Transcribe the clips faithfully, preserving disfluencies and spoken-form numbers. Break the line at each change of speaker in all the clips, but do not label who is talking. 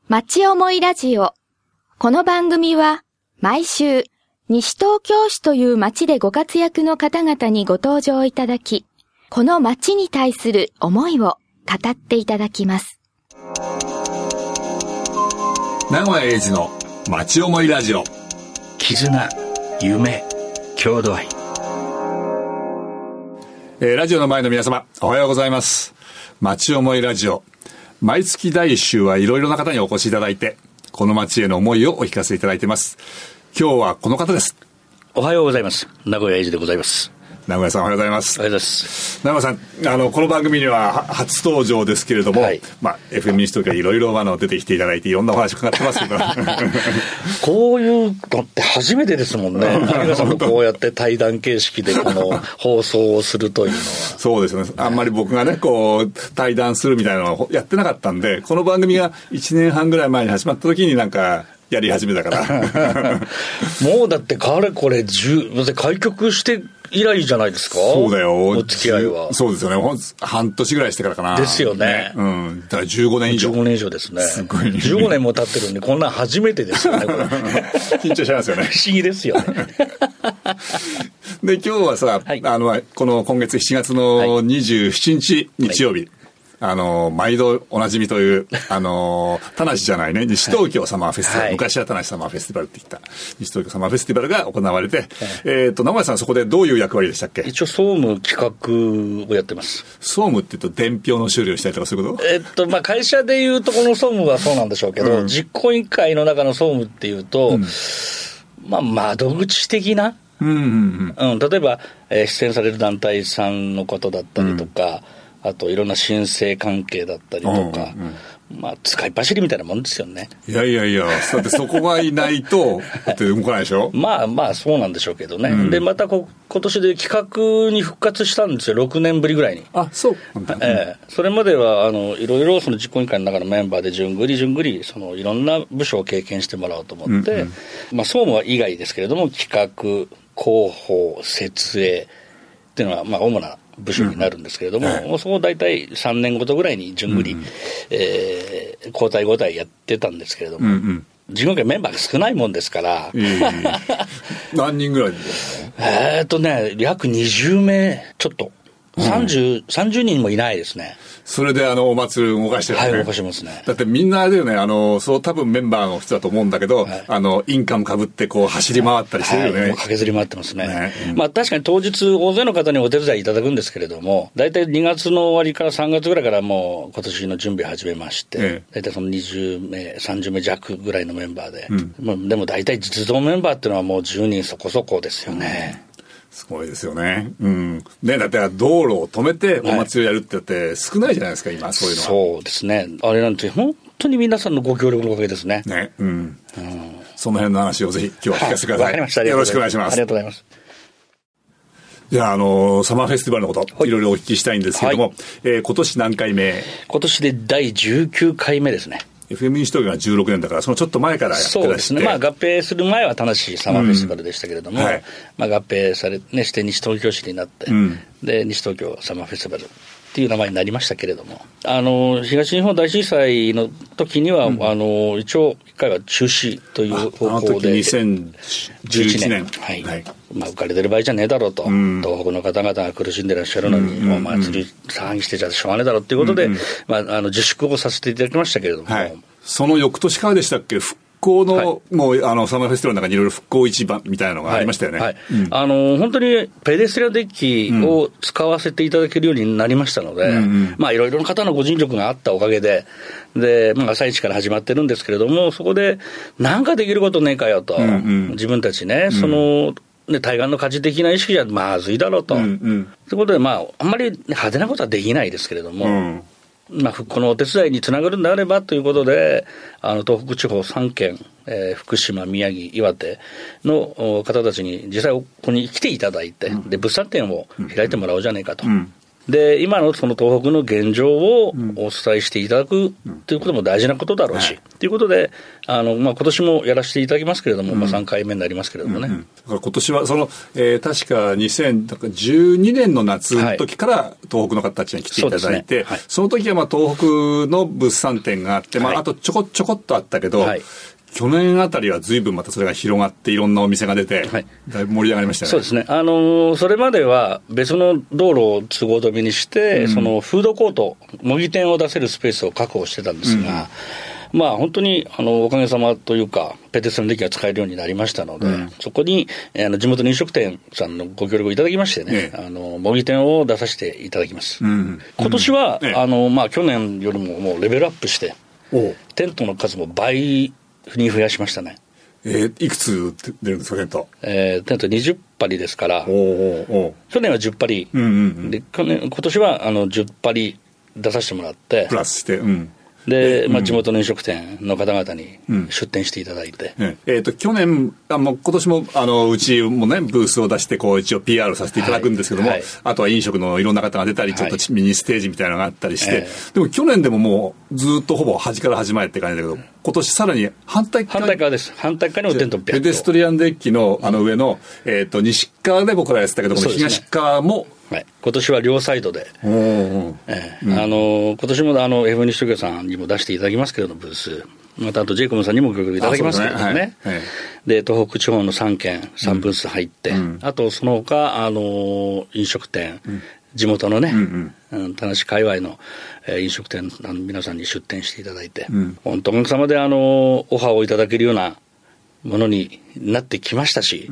町思いラジオ。この番組は毎週西東京市という町でご活躍の方々にご登場いただき、この町に対する思いを語っていただきます。
名古屋英二の町思いラジオ。
絆、夢、郷土愛。
えー、ラジオの前の皆様、おはようございます。町思いラジオ。毎月だいいっ週はいろいろな方にお越しいただいて、この町への思いをお聞かせいただいています。今日はこの方です。
おはようございます。名古屋英二でございます。
名古屋さん、おはようございます。
おはようございます。
名古屋さん、あのこの番組には初登場ですけれども、はい、まあ、エフエム 西東京いろいろ出てきていただいていろんなお話伺ってますけど
こういうのって初めてですもんね。皆さんとこうやって対談形式でこの放送をするというのは
そうですね。あんまり僕がねこう対談するみたいなのをやってなかったんで、この番組がいちねんはんぐらい前に始まった時になんかやり始めたから
もうだってかれこれじゅう開局して以来じゃないですか。
そうだよ。
お付き合いは
そうですよね。半年ぐらいしてからかな。
ですよね。
うん。だからじゅうごねん以上。
じゅうごねん以上ですね。
すごい、ね。
じゅうごねんも経ってるのにこんな初めてですよね。これ
緊張しちゃいますよね。
不思議ですよね。
で今日はさ、はい、あのこの今月しちがつのにじゅうしちにち、はい、日曜日。はい、あの毎度おなじみというあの田無じゃないね西東京サマーフェスティバル、はい、昔は田無サマーフェスティバルって言った西東京サマーフェスティバルが行われて、はい、えーと名古屋さんそこでどういう役割でしたっけ。
一応総務企画をやってます。
総務って言うと伝票の修理をしたりとかそういうこと。
えっとまあ会社でいうとこの総務はそうなんでしょうけど、うん、実行委員会の中の総務っていうと、うん、まあ窓口的な、
うんうんうん
うん、例えば、えー、出演される団体さんのことだったりとか、うん、あといろんな申請関係だったりとか、うんうん、まあ使い走りみたいなもんですよね。
いやいやいや、だってそこがいないとだって動かないでしょ。
まあまあそうなんでしょうけどね、うん、でまたこ今年で企画に復活したんですよ。ろくねんぶりぐらいに。
あ、そう、
ええ、それまではあのいろいろその実行委員会の中のメンバーで順繰り順繰りそのいろんな部署を経験してもらおうと思って、うんうん、まあ総務は以外ですけれども企画、広報、設営っていうのはまあ主な部署になるんですけれども、うんはい、もうそこを大体さんねんごとぐらいに順繰り、うんうんえー、交代交代やってたんですけれども、うんうん、実行委員会メンバーが少ないもんですから、えー、
何人ぐらいですか。
えーっとね約にじゅうめいちょっとさんじゅう、うん、さんじゅうにんもいないですね。
それであのお祭り動かしてるんですね。
はい、動かしてますね。
だってみんなあれだよね、あのそう多分メンバーの人だと思うんだけど、はい、あのインカムかぶってこう走り回ったりしてるよね。はい、もう
駆けずり回ってますね。
ねうん、
まあ確かに当日大勢の方にお手伝いいただくんですけれども、大体にがつの終わりからさんがつぐらいからもう今年の準備始めまして、ええ、大体そのにじゅうめいさんじゅうめい弱ぐらいのメンバーで、うん、まあ、でも大体実動メンバーっていうのはもうじゅうにんそこそこですよね。うん
すごいですよね。うん。ね、だって道路を止めてお祭りをやるってだって少ないじゃないですか、はい、今そういうのは。
そうですね。あれなんて本当に皆さんのご協力のおかげですね。
ね、うん。うん、その辺の話をぜひ今日は聞かせてください。
わかりました。
よろしくお願いします。
ありがとうございます。
じゃあ、あのサマーフェスティバルのこと、はい、いろいろお聞きしたいんですけども、はいえー、今年何回目？
今年でだいじゅうきゅうかいめですね。
エフエム 西東京がじゅうろくねんだからそのちょっと前からやってらして。
そうですね。まあ合併する前は田無サマーフェスティバルでしたけれども、うんはいまあ、合併され、ね、して西東京市になって、うん、で西東京サマーフェスティバルっていう名前になりましたけれども、あの東日本大震災の時には、うん、あの一応いっかいは中止という方向で、あの時
にせんじゅういちねん
はい、はいまあ、浮かれてる場合じゃねえだろうと、うん、東北の方々が苦しんでらっしゃるのに、うん、お祭り騒ぎしてちゃしょうがねえだろうということで、うんまあ、あの自粛をさせていただきましたけれども、はい、
その翌年からでしたっけ復興の、はい、もうあのサマーフェスティバルの中にいろいろ復興市場みたいなのがありましたよね、はいはいうん、あの
本当にペデストリアンデッキを使わせていただけるようになりましたので、うんうんまあ、いろいろな方のご尽力があったおかげでで、まあ、朝一から始まってるんですけれども、そこで何かできることねえかよと、うんうん、自分たちね、うん、そのね、対岸の火事的な意識じゃまずいだろうと、うんうん、ということで、まあ、あんまり派手なことはできないですけれども、うんまあ、復興のお手伝いにつながるんであればということで、あの東北地方さんけん、えー、福島、宮城、岩手の方たちに実際ここに来ていただいて、うん、で物産展を開いてもらおうじゃないかと、うん、 で今のその東北の現状をお伝えしていただくということも大事なことだろうし、うん、ということであの、まあ、今年もやらせていただきますけれども、うん、まあ、さんかいめになりますけれどもね、うんうん、だ
から今年はその、えー、確かにせんじゅうにねんの夏の時から東北の方たちに来ていただいて、はい、 そ, ねはい、その時はまあ東北の物産展があって、まあ、あとちょこちょこっとあったけど、はい、去年あたりは随分またそれが広がっていろんなお店が出て、はい、だいぶ盛り上がりましたね。
そうですね、あのー、それまでは別の道路を都合止めにして、うん、そのフードコート模擬店を出せるスペースを確保してたんですが、うん、まあ本当にあのおかげさまというかペテストのデッキが使えるようになりましたので、うん、そこにあの地元の飲食店さんのご協力をいただきましてね、ね、あの模擬店を出させていただきます、うん、今年は、ね、あのまあ、去年よりももうレベルアップしてテントの数も倍に増やしましたね。
えー、いくつ出るんですかテント、
えー、テントにじゅっぱりですから、おうおうおう去年はじゅっぱり、うんうんうん、で去年今年はあのじゅっぱり出させてもらって
プラスして、うん、
で、まあ、地元の飲食店の方々に出店していただいて、
うんうん、えー、と去年あもう今年もあのうちもねブースを出してこう一応 ピーアール させていただくんですけども、はいはい、あとは飲食のいろんな方が出たりちょっとミニステージみたいなのがあったりして、はい、でも去年でももうずっとほぼ端から端までって感じだけど今年さらに反対側
反対側です反対側にもテント
ペデストリアンデッキのあの上の、うん、えー、と西側で僕らやってたけど、この東側も、
はい、今年は両サイドで、おー、えーうん、あの今年もあの エフエム 西東京さんにも出していただきますけれどもブース、またあと ジェイコムさんにもご協力いただきますけれども ね, ね、はいはい、で東北地方のさんけんさんブース入って、うん、あとその他あの飲食店、うん、地元のね、うんうん、田無界隈の、えー、飲食店の皆さんに出店していただいて、うん、本当おかげさまであのオファーをいただけるようなものになってきましたし、うん、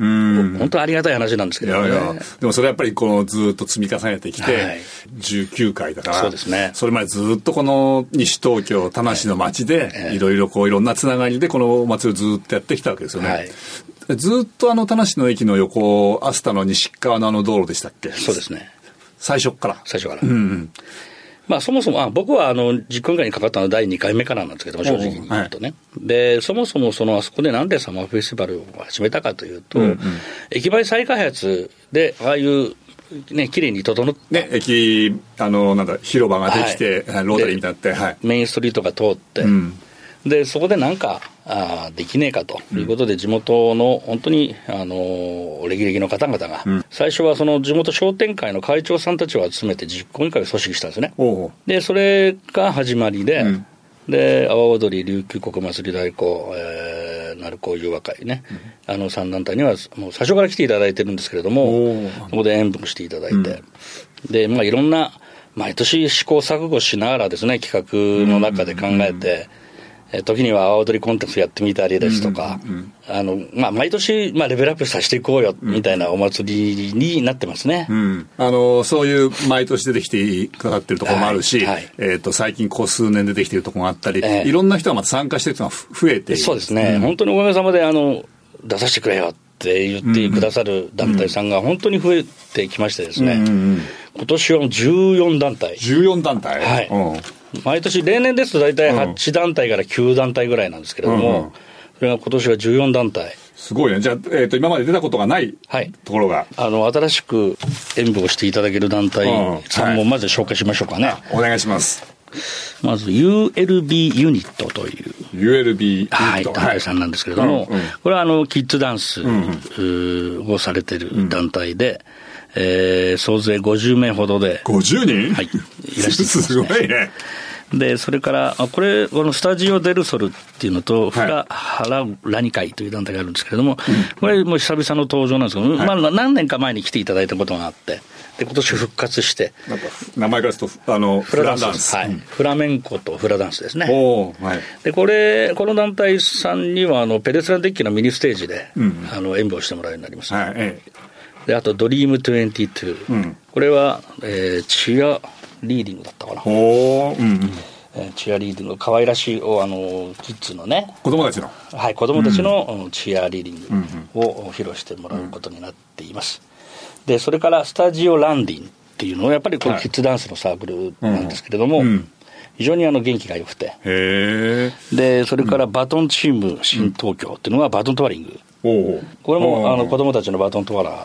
本当ありがたい話なんですけどね。いやいや
でもそれやっぱりこのずっと積み重ねてきて、はい、じゅうきゅうかいだから、
そうですね、
それまでずっとこの西東京田無の町で、はい、いろいろこういろんなつながりでこのお祭りをずっとやってきたわけですよね、はい、ずっとあの田無の駅の横アスタの西側のあの道路でしたっけ。
そうですね、
最初から
最初から、うんうん、まあ、そもそもあ僕はあの実行委員会にかかったのはだいにかいめからなんですけども、正直に言うとね、はい、でそもそもそのあそこでなんでサマーフェスティバルを始めたかというと、うんうん、駅前再開発でああいうね綺麗に整って、
ね、駅あのなんだ広場ができて、はい、ロータリーみたいになって、はい、
メインストリートが通って、うん、でそこでなんかあできねえかということで、うん、地元の本当にあのレギレギの方々が、うん、最初はその地元商店会の会長さんたちを集めて実行委員会を組織したんですね。おうでそれが始まりで、うん、で阿波踊り琉球国祭り太鼓、えー、鳴子遊和会ね、うん、あのさん団体にはもう最初から来ていただいてるんですけれども、そこで演舞していただいて、うん、でまあいろんな毎年試行錯誤しながらですね企画の中で考えて、うん、時には阿波踊りコンテンツやってみたりですとか、うんうんうん、あのまあ、毎年、まあ、レベルアップさせていこうよみたいなお祭りになってますね、うんうん、
あのそういう毎年出てきてくださってるところもあるし、はいはい、えー、と最近こう数年出てきてるところがあったり、えー、いろんな人がまた参加してるのが増えている。
そうですね、うん、本当におかげさまであの出させてくれよって言ってくださる団体さんが本当に増えてきましてですね、うんうんうん、今年はじゅうよんだんたい。
じゅうよんだんたい、
はい、うん、毎年例年ですと大体はちだんたいからきゅうだんたいぐらいなんですけれども、うんうん、それが今年はじゅうよんだんたい。
すごいね。じゃあ、えー、と今まで出たことがないところが、はい、
あの新しく演舞をしていただける団体さんもまず紹介しましょうかね、
はい、お願いします。
まず ユーエルビー ユニットという
ユーエルビー ユニット、
はい、団体さんなんですけれども、はい、うんうん、これはあのキッズダンス、うんうん、をされてる団体で、うん、えー、総勢ごじゅうめいほどで
ごじゅうにん、
はい、いらっしゃいます、ね、
すごいね。
でそれからこれこのスタジオデルソルっていうのと、はい、フラハララニ会という団体があるんですけれども、うん、これもう久々の登場なんですけど、はい、まあ、何年か前に来ていただいたことがあって、で今年復活して
なんか名前からするとあのフラダンス、
はい、うん、フラメンコとフラダンスですね。
お、はい、で
これこの団体さんにはあのペデストランデッキのミニステージで、うん、あの演舞をしてもらうようになります、はい、ええ、であとドリームにじゅうに、うん、これは、えー、チアリーディングだったかな。お、うんうん、えー、チアリーディング可愛らしいおあのキッズのね
子供たちの、
はい、子供たちの、うん、チアリーディングを披露してもらうことになっています、うん、でそれからスタジオランディンっていうのはやっぱりこのキッズダンスのサークルなんですけれども、はい、うん、非常にあの元気が良くて、へでそれからバトンチーム新東京っていうのはバトントワリング、うん、これもあの子供たちのバトントワラー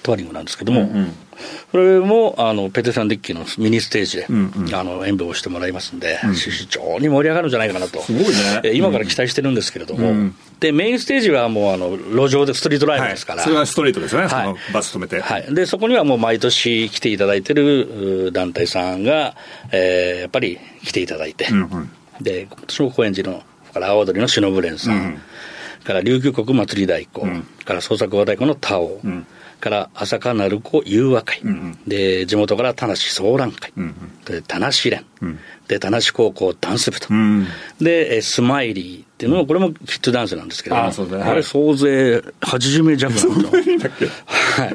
トワリングなんですけども、うんうん、それもあのペテスランデッキのミニステージで、うんうん、あの演舞をしてもらいますんで、うん、非常に盛り上がるんじゃないかなと、
すごいね、
今から期待してるんですけれども、うん、でメインステージはもうあの路上でストリートライブですから、
はい、それはストリートですね、はい、そのバス止めて、
はい、でそこにはもう毎年来ていただいている団体さんが、えー、やっぱり来ていただいて、うんうん、で今年も高円寺のから阿波踊りのしのぶ連さん、うん、から琉球国祭り太鼓、うん、から創作和太鼓の田尾、うん、から朝霞鳴子融和会、うん、で地元から田無総覧会、うん、で田無連、うん、で田無高校ダンス部と、うん、でスマイリーっていうのもこれもキッズダンスなんですけども、あそうだね、あれ総勢はちじゅうめい弱なんですよはい、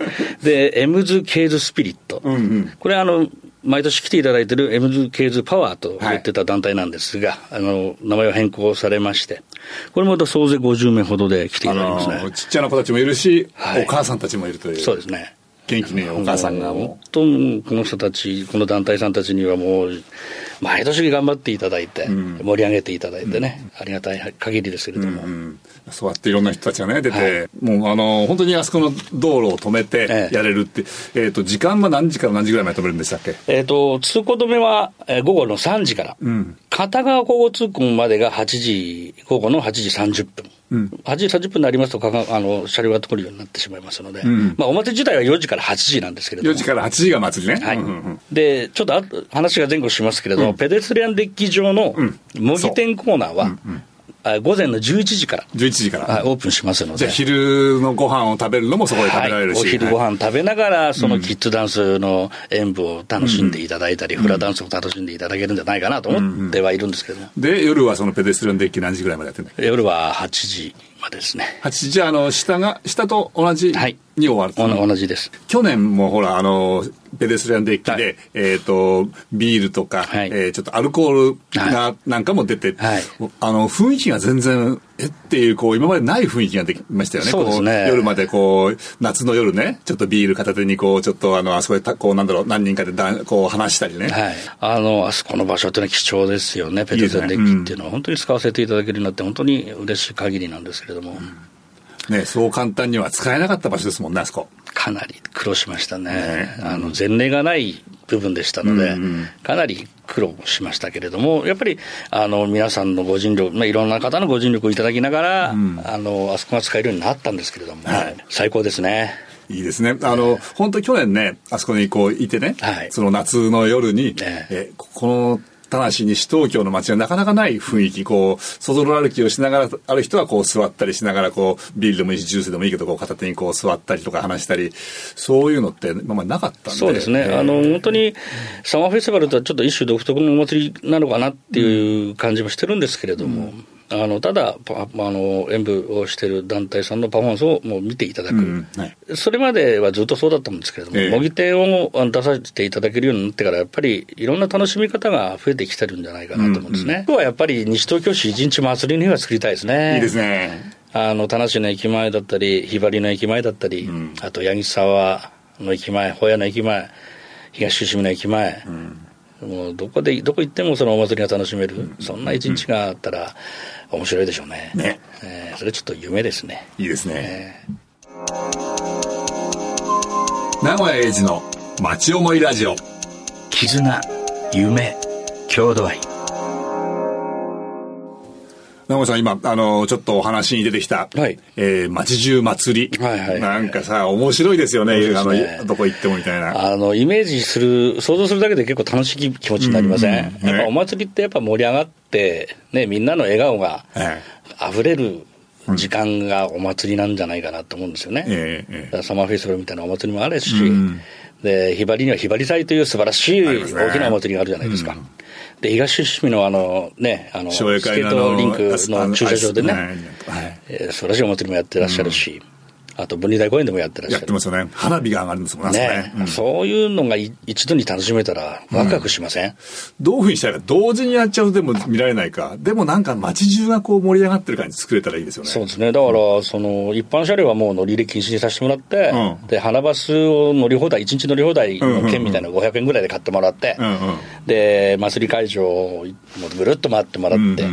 でエムズケーズスピリット、うんうん、これあの毎年来ていただいている エムズケーズ パワーと言ってた団体なんですが、はい、あの名前を変更されまして、これも総勢ごじゅうめいほどで来ていただきますね。
あのちっちゃな子たちもいるし、はい、お母さんたちもいるという。
そうですね。
元気のいいお母さんがもう
本当にこの人たち、この団体さんたちにはもう毎年頑張っていただいて、うん、盛り上げていただいてね、うん、ありがたい限りですけれども、うんうん、
そうやっていろんな人たちがね出て、はい、もうあの本当にあそこの道路を止めてやれるって、えええー、と時間は何時から何時ぐらいまで止めるんでしたっけ？
えー、と通行止めは、えー、午後のさんじから、うん、片側交互通行までがはちじ、午後のはちじさんじゅっぷん、うん、はちじさんじゅっぷんになりますとかあの車両が通るようになってしまいますので、うん、まあ、お祭り自体はよじからはちじなんですけれども、
よじからはちじが祭りね、
はい、うんうんうん、でちょっとあ話が前後しますけれども、うん、ペデストリアンデッキ上の模擬店コーナーは、うんうんうん、午前のじゅういちじから
じゅういちじから、
はい、オープンしますので、
じゃあ昼のご飯を食べるのもそこで食べられるし、
はい、お昼ご飯食べながらそのキッズダンスの演舞を楽しんでいただいたり、うん、フラダンスを楽しんでいただけるんじゃないかなと思ってはいるんですけども、
うんうん、で夜はそのペデストリアンデッキ何時ぐらいまでやってるんだっけ？
夜ははちじまでですね。
はちじ、じゃあ、あの下が下と同じに終わる、
はい、同じです。
去年もほらあのペデストリアンデッキで、はい、えー、とビールとか、はい、えー、ちょっとアルコールが、はい、なんかも出て、はい、あの雰囲気が全然えっていうこう今までない雰囲気ができましたよね。
そうですね。
こう夜までこう夏の夜ね、ちょっとビール片手にこうちょっとあのあそこでこうなんだろう何人かでだこう話したりね、はい、
あのあそこの場所ってのは貴重ですよね。ペデストリアンデッキっていうのは本当に使わせていただけるようになって本当に嬉しい限りなんですけれども、
うん、ね、そう簡単には使えなかった場所ですもんね、あそこ。
かなり苦労しましたね。ね、あの前例がない部分でしたので、うんうん、かなり苦労しましたけれども、やっぱりあの皆さんのご尽力、まあ、いろんな方のご尽力をいただきながら、うん、あのあそこが使えるようになったんですけれども、はい、最高ですね。
いいですね。あの、本当去年ね、あそこにこういてね、はい、その夏の夜に、ね、えこの田無西東京の街はなかなかない雰囲気、こう外の歩きをしながらある人はこう座ったりしながらこうビールでもいいしジュースでもいいけどこう片手にこう座ったりとか話したり、そういうのって今までなかったんで。
そうですね、えー、あの本当にサマーフェスティバルとはちょっと一種独特のお祭りなのかなっていう感じもしてるんですけれども、うん、あのただあの演舞をしている団体さんのパフォーマンスをもう見ていただく、うんはい、それまではずっとそうだったんですけれども、えー、模擬店を出させていただけるようになってからやっぱりいろんな楽しみ方が増えてきてるんじゃないかなと思うんですね、うんうん、今日はやっぱり西東京市一日祭りの日は作りたいですね。
いいですね。
あの田無の駅前だったりひばりの駅前だったり、うん、あと八木沢の駅前、保谷の駅前、東伏見の駅前、うん、もうどこでどこ行ってもそのお祭りが楽しめる、うん、そんな一日があったら面白いでしょうね。ね、えー、それちょっと夢ですね。
いいですね。えー、名古屋英二の街思いラジオ。
絆、夢、郷土愛。
名古屋さん、今あのちょっとお話に出てきた、はい、えー、街中祭り、はいはいはい、なんかさ面白いですよ ね, ねあのどこ行ってもみたいな、
あのイメージする想像するだけで結構楽しい気持ちになりません、うんうんね、やっぱお祭りってやっぱ盛り上がって、ね、みんなの笑顔があふれる時間がお祭りなんじゃないかなと思うんですよね、えーえー、サマーフェスティバルみたいなお祭りもあるし、うん、でひばりにはひばり祭という素晴らしい大きなお祭りがあるじゃないですか、うん、で東伏見のあのねあのスケートリンクの駐車場でね、はいえー、素晴らしいお祭りもやってらっしゃるし、うん、あと分離大公園でもやってらっしゃる、
やってますよね。花火が上がるんですもんね、
ね、うん、そういうのが一度に楽しめたらワクワクしません、うん、
どういうふうにしたら同時にやっちゃうとでも見られないか、でもなんか街中がこう盛り上がってる感じ作れたらいいですよね。
そうですね。だからその一般車両はもう乗り入れ禁止にさせてもらって、うん、で花バスを乗り放題いちにち乗り放題の券みたいなのごひゃくえんぐらいで買ってもらって、うんうん、で祭り会場をぐるっと回ってもらって、うんうん、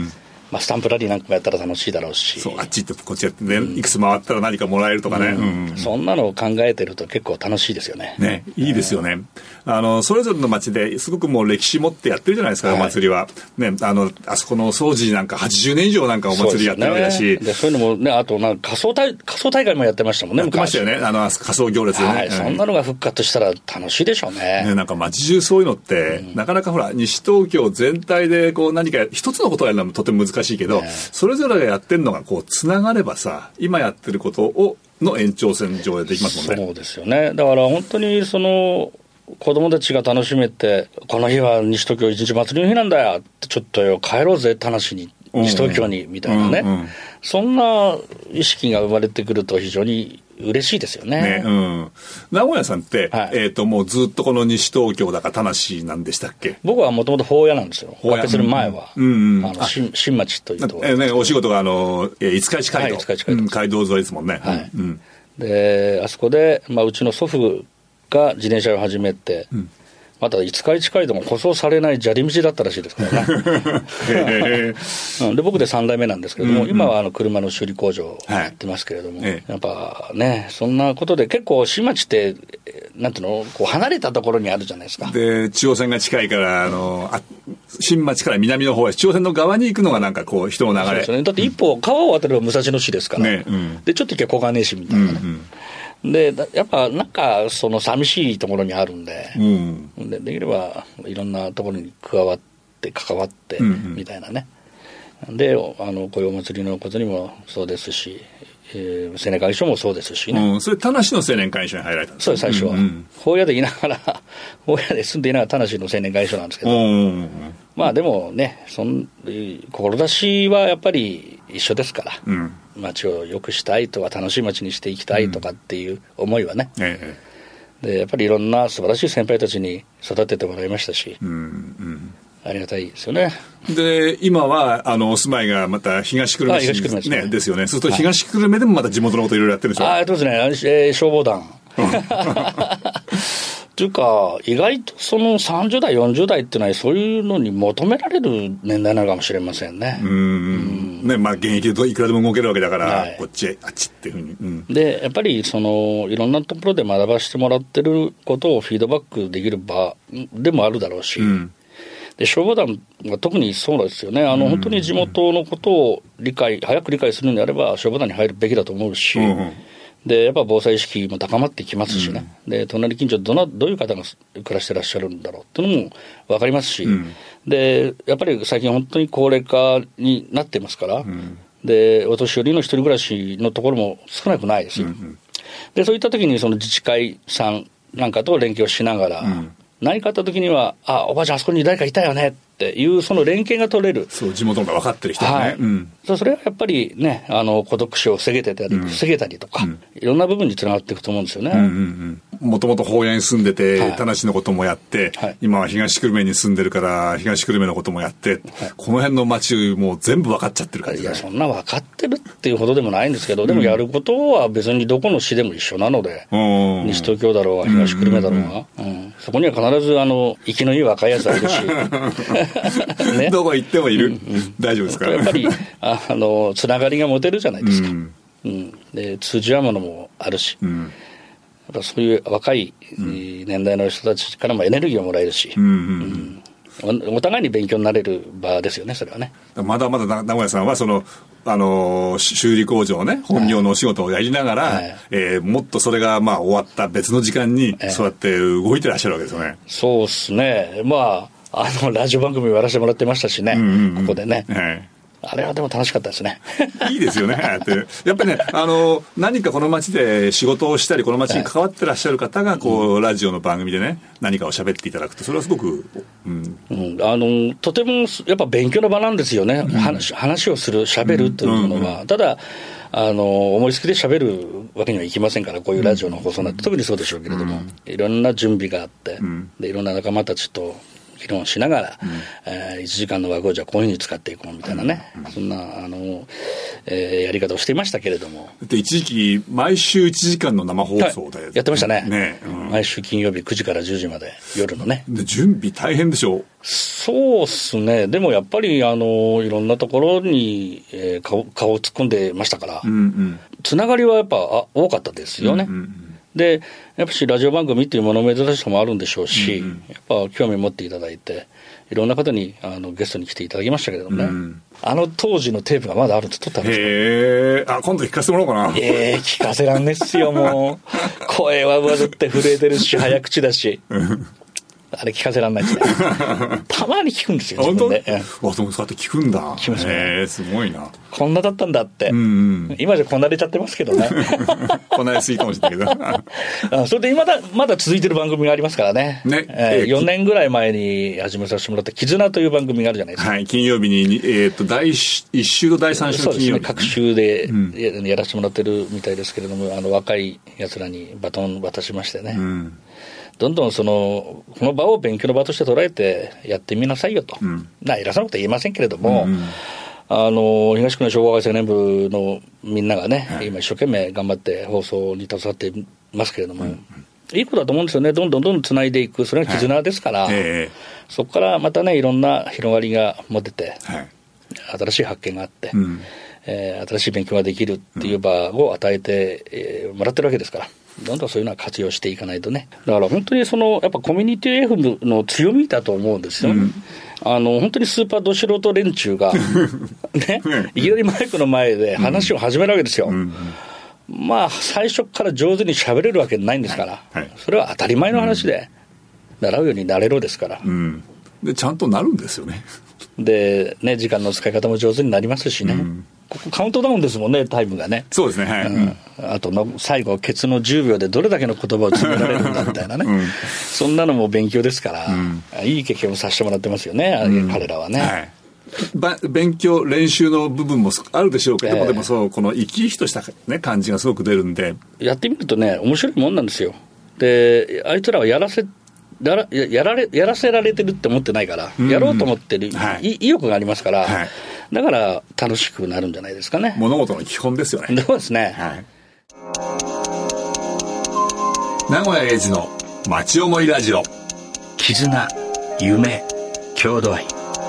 まあ、スタンプラリーなんかもやったら楽しいだろうし、
そうあっち行ってこっちやってね、うん、いくつ回ったら何かもらえるとかね、うん
うん、そんなのを考えてると結構楽しいですよね。
ね、いいですよね、えー、あのそれぞれの町ですごくもう歴史持ってやってるじゃないですか、はい、お祭りは、ね、あのあそこの総持なんかはちじゅうねん以上なんかお祭りやってるわけだし、
そうですね、でそういうのもね、あとなんか仮装大、仮装大会もやってましたもんね。
やってましたよね、あの仮装行列でね、
はい、そんなのが復活したら楽しいでしょうね。
ね、なんか街中そういうのって、うん、なかなかほら西東京全体でこう何か一つのことをやるのはとても難しいけど、ね、それぞれがやってるのがこうつながればさ、今やってることをの延長線上でできますもんね。
そうですよね。だから本当にその子供たちが楽しめて、この日は西東京一日祭りの日なんだよってちょっとよ帰ろうぜって話に、西東京にみたいなね、うんうん、そんな意識が生まれてくると非常に嬉しいですよ ね, ね、
うん、名古屋さんって、はい、えー、ともうずっとこの西東京だか田無なんでしたっけ。
僕はもともと法屋なんですよ。合併する前は、うんうん、あの 新, 新町というところ、
えーね、お仕事があの五日市街道、はい、五日市街道、うん、街道沿いですもんね、
はい、うん、であそこで、まあ、うちの祖父が自転車を始めて、うん、また五日市街道も舗装されない砂利道だったらしいですからねで僕でさん代目なんですけれども、うんうん、今はあの車の修理工場をやってますけれども、はい、やっぱね、そんなことで結構新町ってなんていうの、こう離れたところにあるじゃないですか。
で中央線が近いからあのあ新町から南の方へ中央線の側に行くのがなんかこう人の流れ。そうですね、だ
って一歩川を渡れば武蔵野市ですから、ね、うん、でちょっと行けば小金井市みたいなね、うんうん、でやっぱなんかその寂しいところにあるんで、うん、でできればいろんなところに加わって関わってみたいなね、うんうん、であのこういうお祭りのことにもそうですし、えー、青年会所もそうですしね、
うん、それ田無の青年会所に入られたんですか。
そうです、最初は、うんうん、法屋でいながら法屋で住んでいながら田無の青年会所なんですけど、うんうんうん、まあでもね、そん志はやっぱり一緒ですから、うん、街を良くしたいとか楽しい街にしていきたいとかっていう思いはね、うん、ええ、でやっぱりいろんな素晴らしい先輩たちに育ててもらいましたし、うんうん、ありがたいですよね。
で今はあのお住まいがまた東久留米市に、ね、ですね、ですよね。そうすると東久留米でもまた地元のこといろいろやってるんでしょう。
ああ、そうですね、えー、消防団というか意外とそのさんじゅう代よんじゅう代っていうのはそういうのに求められる年代なのかもしれませんね。うん、
うんね、まあ、現役でいくらでも動けるわけだから、はい、こっちへあっちっていうふうに、うん、
でやっぱりそのいろんなところで学ばせてもらってることをフィードバックできる場でもあるだろうし、うん、で消防団は特にそうですよね。あの本当に地元のことを理解早く理解するのであれば消防団に入るべきだと思うし、うんうん、でやっぱ防災意識も高まってきますしね、うん、で隣近所どのどういう方が暮らしてらっしゃるんだろうっていうのも分かりますし、うん、でやっぱり最近本当に高齢化になってますから、うん、でお年寄りの一人暮らしのところも少なくないですよ、うんうん、でそういった時にその自治会さんなんかと連携をしながら、うん、何かあった時にはあおばあちゃんあそこに誰かいたよねっていうその連携が取れる。
そう地元が分かってる人ね、はい、うん、
それはやっぱりねあの孤独死を防げてたり、うん、防げたりとか、うん、いろんな部分につながっていくと思うんですよね。
もともと法屋に住んでて、はい、田無のこともやって、はい、今は東久留米に住んでるから東久留米のこともやって、はい、この辺の町もう全部分かっちゃってる感じ、ね、
いやそんな分かってるっていうほどでもないんですけど、でもやることは別にどこの市でも一緒なので、うん、西東京だろうが東久留米だろうが、うんうんうん、そこには必ずあの生きのいい若いやつがいるしね、
どこ行ってもいる、うんうん、大丈夫ですか。
やっぱりああのつながりが持てるじゃないですか、うんうん、で通じ合うものもあるし、うん、やっぱそういう若い年代の人たちからもエネルギーをもらえるし、うんうんうん、お互いに勉強になれる場ですよね、それはね。
まだまだ名古屋さんはそのあの修理工場ね本業のお仕事をやりながら、はい、えー、もっとそれがまあ終わった別の時間にそうやって動いてらっしゃるわけですよね、
えー、そうですね。まああのラジオ番組をやらせてもらってましたしね、うんうんうん、ここでね、はい、あれはでも楽しかったですね
いいですよねやっぱりねあの何かこの街で仕事をしたりこの街に関わってらっしゃる方がこう、はい、ラジオの番組でね何かを喋っていただくとそれはすごく、うん
うん、あのとてもやっぱ勉強の場なんですよね、うん、話, 話をする喋るというものは、うんうん、ただあの思いつきで喋るわけにはいきませんから、こういうラジオの放送なんて、うん、特にそうでしょうけれども、うん、いろんな準備があって、うん、でいろんな仲間たちと議論しながら、うん、えー、いちじかんの枠をじゃあこういうふうに使っていこうみたいなね、うん、そんなあの、 えー、やり方をしていましたけれども。
で一時期毎週いちじかんの生放送で、
はい、やってましたね。
ね、うん、
毎週金曜日くじからじゅうじまで夜のね。
で準備大変でしょう。
そうっすね。でもやっぱりあのいろんなところに、えー、顔, 顔を突っ込んでましたから、うんうん、つながりはやっぱあ多かったですよね。うんうんうん、でやっぱしラジオ番組っていうものの珍しさもあるんでしょうし、うんうん、やっぱ興味持っていただいていろんな方にあのゲストに来ていただきましたけれどもね、うん、あの当時のテープがまだあるんで撮ってあるんですよ。
へー、あ、今度聞かせてもらおうかな。
えー、聞かせらんねっすよ。もう声は上ずって震えてるし早口だしあれ聞かせらんないですね。たまに聞くんですよ。
本当？
で、
わ、でもそうやって聞くんだ。
聞きますね。
えー、すごいな。
こんなだったんだって。うんうん、今じゃこなれちゃってますけどね。
こなれすぎかもしれないけど。
それで今だまだ続いてる番組がありますからね。ね、えー、よねんぐらい前に始めさせてもらった絆という番組があるじゃないですか。
はい、金曜日にえっ、ー、と第一週と第三週の金曜日、ね。そうですね。各週で や,、うん、やらせてもらってるみたいですけれども、あの若い奴らにバトン渡しましてね。うん、どんどんそのこの場を勉強の場として捉えてやってみなさいよと、うん、な偉そうなことは言えませんけれども、うんうん、あの東区の昭和会青年部のみんながね、はい、今一生懸命頑張って放送に携わっていますけれども、うんうん、いいことだと思うんですよね。どんどんどんどんつないでいく、それが絆ですから、はい、えー、そこからまたねいろんな広がりが持てて、はい、新しい発見があって、うん、えー、新しい勉強ができるっていう場を与えて、えー、もらってるわけですから、どんどんそういうのは活用していかないとね。だから本当にそのやっぱコミュニティ エフエム の強みだと思うんですよ、ね、うん、あの本当にスーパーど素人連中が、ね、いきなりマイクの前で話を始めるわけですよ、うんうん、まあ最初から上手に喋れるわけないんですから、はいはい、それは当たり前の話で、うん、習うようになれろですから、うん、 でちゃんとなるんですよね。
でね、時間の使い方も上手になりますしね、うん、ここカウントダウンですもんね、タイムがね。
そうですね、はい、うん、
あとの最後ケツのじゅうびょうでどれだけの言葉を詰められるんだみたいなね、うん、そんなのも勉強ですから、うん、いい経験をさせてもらってますよね、うん、彼らはね、
はい、勉強練習の部分もあるでしょうけど、えー、でもそうこの生き生きとした、ね、感じがすごく出るんで、
やってみるとね面白いもんなんですよ。であいつらはやらせや ら, や, られやらせられてるって思ってないから、うん、やろうと思ってる、はい、意欲がありますから、はい、だから楽しくなるんじゃないですかね。
物事の基本ですよね。
そうですね、はい、
名古屋英二の街思いラジオ。
絆、夢、郷土愛。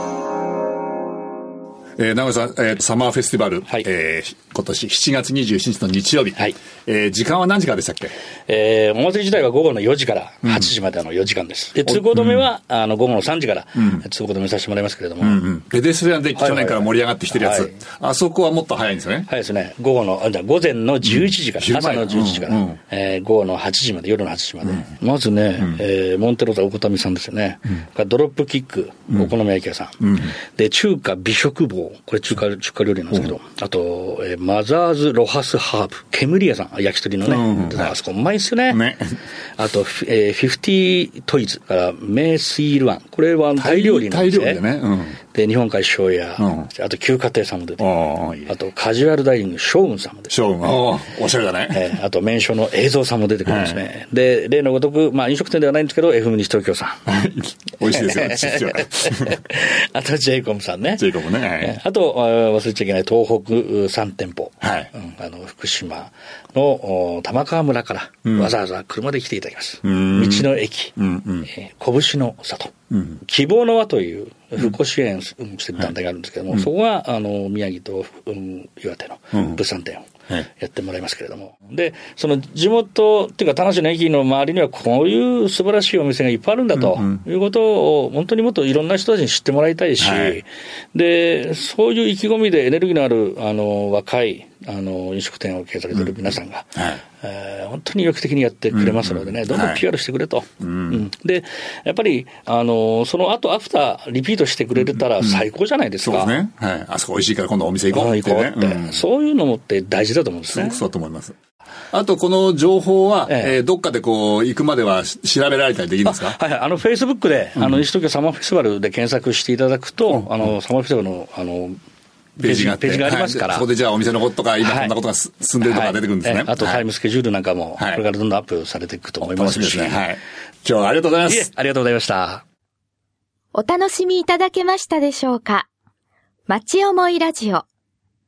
えー、名古屋さん、えー、サマーフェスティバル、はい、えー、今年しちがつにじゅうしちにちの日曜日、はい、えー、時間は何時からでしたっけ？
えー、お祭り自体は午後のよじからはちじまでのよじかんです、うん、で通行止めは、うん、あの午後のさんじから、うん、通行止めさせてもらいますけれども、うんうん、
ペデストリアンデッキ去年から盛り上がってきてるやつ、はいはいはい、あそこはもっと早いんですよね。
早いですね。午後のあじゃ午前のじゅういちじから、うん、朝のじゅういちじから、うんうん、えー、午後のはちじまで、夜のはちじまで、うん、まずね、うん、えー、モンテロザおこたみさんですよね、うん、ドロップキック、お好み焼き屋さん、うん、で中華美食坊、これ中華中華料理なんですけど、うん、あと、えー、マザーズロハスハーブ、煙屋さん、焼き鳥のね、うん、あそこうまいっすよね、ねあと、えー、フィフティートイズからメイスイールワン、これはタイ料理なんですね。タイ料理でね、うん、で日本海醤油、うん、あと旧家庭さんも出て、あとカジュアルダイニングショーウンさんも出て、
ショーウン、おおしゃれだね、
えー、あと名所の映像さんも出てくるんですね、はい、で例のごとく、まあ、飲食店ではないんですけど エフエム 西東京さん
美味しいですよ
あと ジェイコム さんね、
ジェイコムね、はい、
あと忘れちゃいけない東北さん店舗、はい、うん、あの福島の玉川村からわざわざ車で来ていただきます、うん、道の駅、うんうん、えー、拳の里、うん、希望の輪という復興支援してる団体があるんですけども、うん、そこがあの宮城と、うん、岩手の物産展をやってもらいますけれども、はい、でその地元っていうか田無の駅の周りにはこういう素晴らしいお店がいっぱいあるんだと、うんうん、いうことを本当にもっといろんな人たちに知ってもらいたいし、はい、でそういう意気込みでエネルギーのあるあの若いあの飲食店を経営されている皆さんが、うん、はい、えー、本当に意欲的にやってくれますのでね、うんうん、どんどん ピーアール してくれと、はい、うんうん、でやっぱりあのその後アフターリピートしてくれたら最高じゃないですか、
うんうん、そうですね、はい、あそこ美味しいから今度お店行こうって、ね、
行こうって、うん、そういうのもって大事だと思うんですね。
すごくそうだと思います。あとこの情報は、えええー、どっかでこう行くまでは調べられたりできるんですか？
はいはい、あのフェイスブックで、うん、あの西東京サマーフェスティバルで検索していただくと、うん、あのサマーフェスティバルのあのページがあって、ページがありますから、はい、
そこでじゃあお店のこととか今こんなことが進んでるとか出てくるんですね、はいはい、
あとタイムスケジュールなんかもこれからどんどんアップされていくと思いますし、
楽しみですね、はい、今日はありがとうございます。いえ、
ありがとうございました。
お楽しみいただけましたでしょうか？町思いラジオ。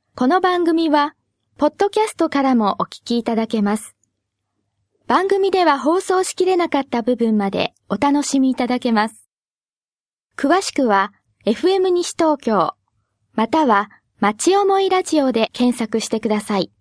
この番組は、ポッドキャストからもお聞きいただけます。番組では放送しきれなかった部分までお楽しみいただけます。詳しくは、エフエム 西東京、または、町思いラジオで検索してください。